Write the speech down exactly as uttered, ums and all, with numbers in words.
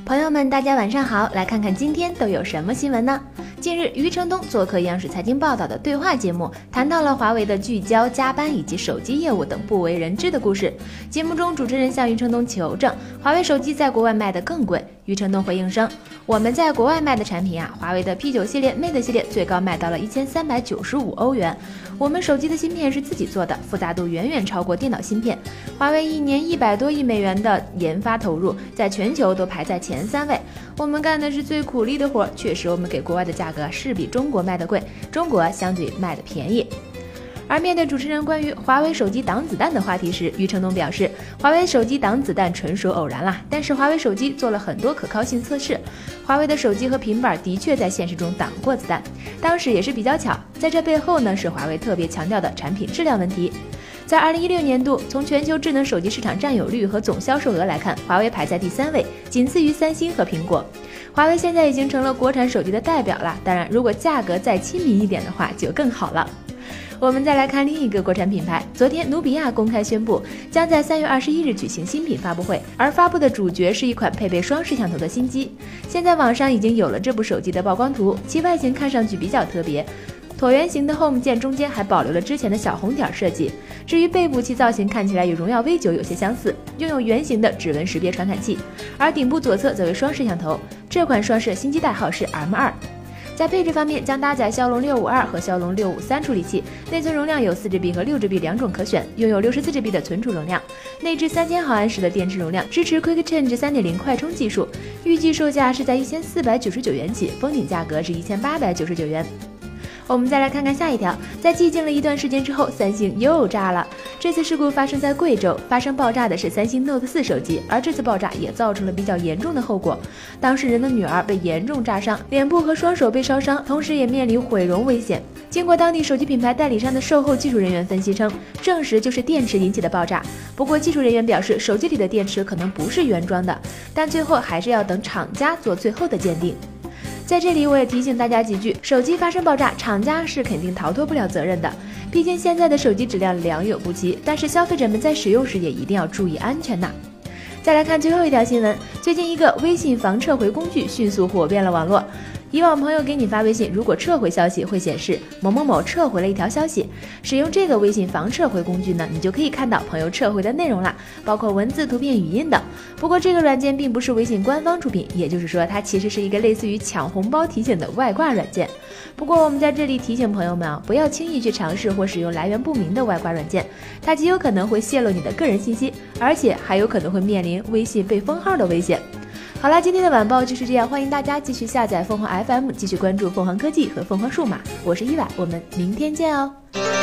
朋友们，大家晚上好，来看看今天都有什么新闻呢？近日，余承东做客央视财经报道的对话节目，谈到了华为的聚焦、加班以及手机业务等不为人知的故事。节目中，主持人向余承东求证，华为手机在国外卖得更贵。余承东回应称，我们在国外卖的产品啊，华为的 P 九 系列、Mate 系列最高卖到了一千三百九十五欧元。我们手机的芯片是自己做的，复杂度远远超过电脑芯片。华为一年一百多亿美元的研发投入，在全球都排在前三位。我们干的是最苦力的活，确实我们给国外的价格是比中国卖的贵，中国相对卖的便宜。而面对主持人关于华为手机挡子弹的话题时，余承东表示，华为手机挡子弹纯属偶然啦，但是华为手机做了很多可靠性测试，华为的手机和平板的确在现实中挡过子弹，当时也是比较巧，在这背后呢是华为特别强调的产品质量问题。在二零一六年度，从全球智能手机市场占有率和总销售额来看，华为排在第三位，仅次于三星和苹果。华为现在已经成了国产手机的代表了，当然如果价格再亲民一点的话就更好了。我们再来看另一个国产品牌，昨天努比亚公开宣布，将在三月二十一日举行新品发布会，而发布的主角是一款配备双摄像头的新机。现在网上已经有了这部手机的曝光图，其外形看上去比较特别，椭圆形的 Home 键中间还保留了之前的小红点设计，至于背部，其造型看起来与荣耀 V 九 有些相似，拥有圆形的指纹识别传感器，而顶部左侧则为双摄像头。这款双摄新机代号是 M 二。在配置方面，将搭载骁龙六五二和骁龙六五三处理器，内存容量有 四 G B 和 六 G B 两种可选，拥有 六十四 G B 的存储容量，内置三千毫安时的电池容量，支持 Quick Change 三点零 快充技术，预计售价是在一千四百九十九元起，封顶价格是一千八百九十九元。我们再来看看下一条，在寂静了一段时间之后，三星又炸了。这次事故发生在贵州，发生爆炸的是三星 Note 四手机，而这次爆炸也造成了比较严重的后果。当事人的女儿被严重炸伤，脸部和双手被烧伤，同时也面临毁容危险。经过当地手机品牌代理商的售后技术人员分析称，证实就是电池引起的爆炸。不过技术人员表示，手机里的电池可能不是原装的，但最后还是要等厂家做最后的鉴定。在这里我也提醒大家几句，手机发生爆炸，厂家是肯定逃脱不了责任的，毕竟现在的手机质量良莠不齐，但是消费者们在使用时也一定要注意安全呐。再来看最后一条新闻，最近一个微信防撤回工具迅速火遍了网络。以往朋友给你发微信，如果撤回消息会显示某某某撤回了一条消息，使用这个微信防撤回工具呢，你就可以看到朋友撤回的内容啦，包括文字、图片、语音等。不过这个软件并不是微信官方出品，也就是说它其实是一个类似于抢红包提醒的外挂软件。不过我们在这里提醒朋友们啊，不要轻易去尝试或使用来源不明的外挂软件，它极有可能会泄露你的个人信息，而且还有可能会面临微信被封号的危险。好了，今天的晚报就是这样，欢迎大家继续下载凤凰 F M， 继续关注凤凰科技和凤凰数码，我是伊娃，我们明天见哦。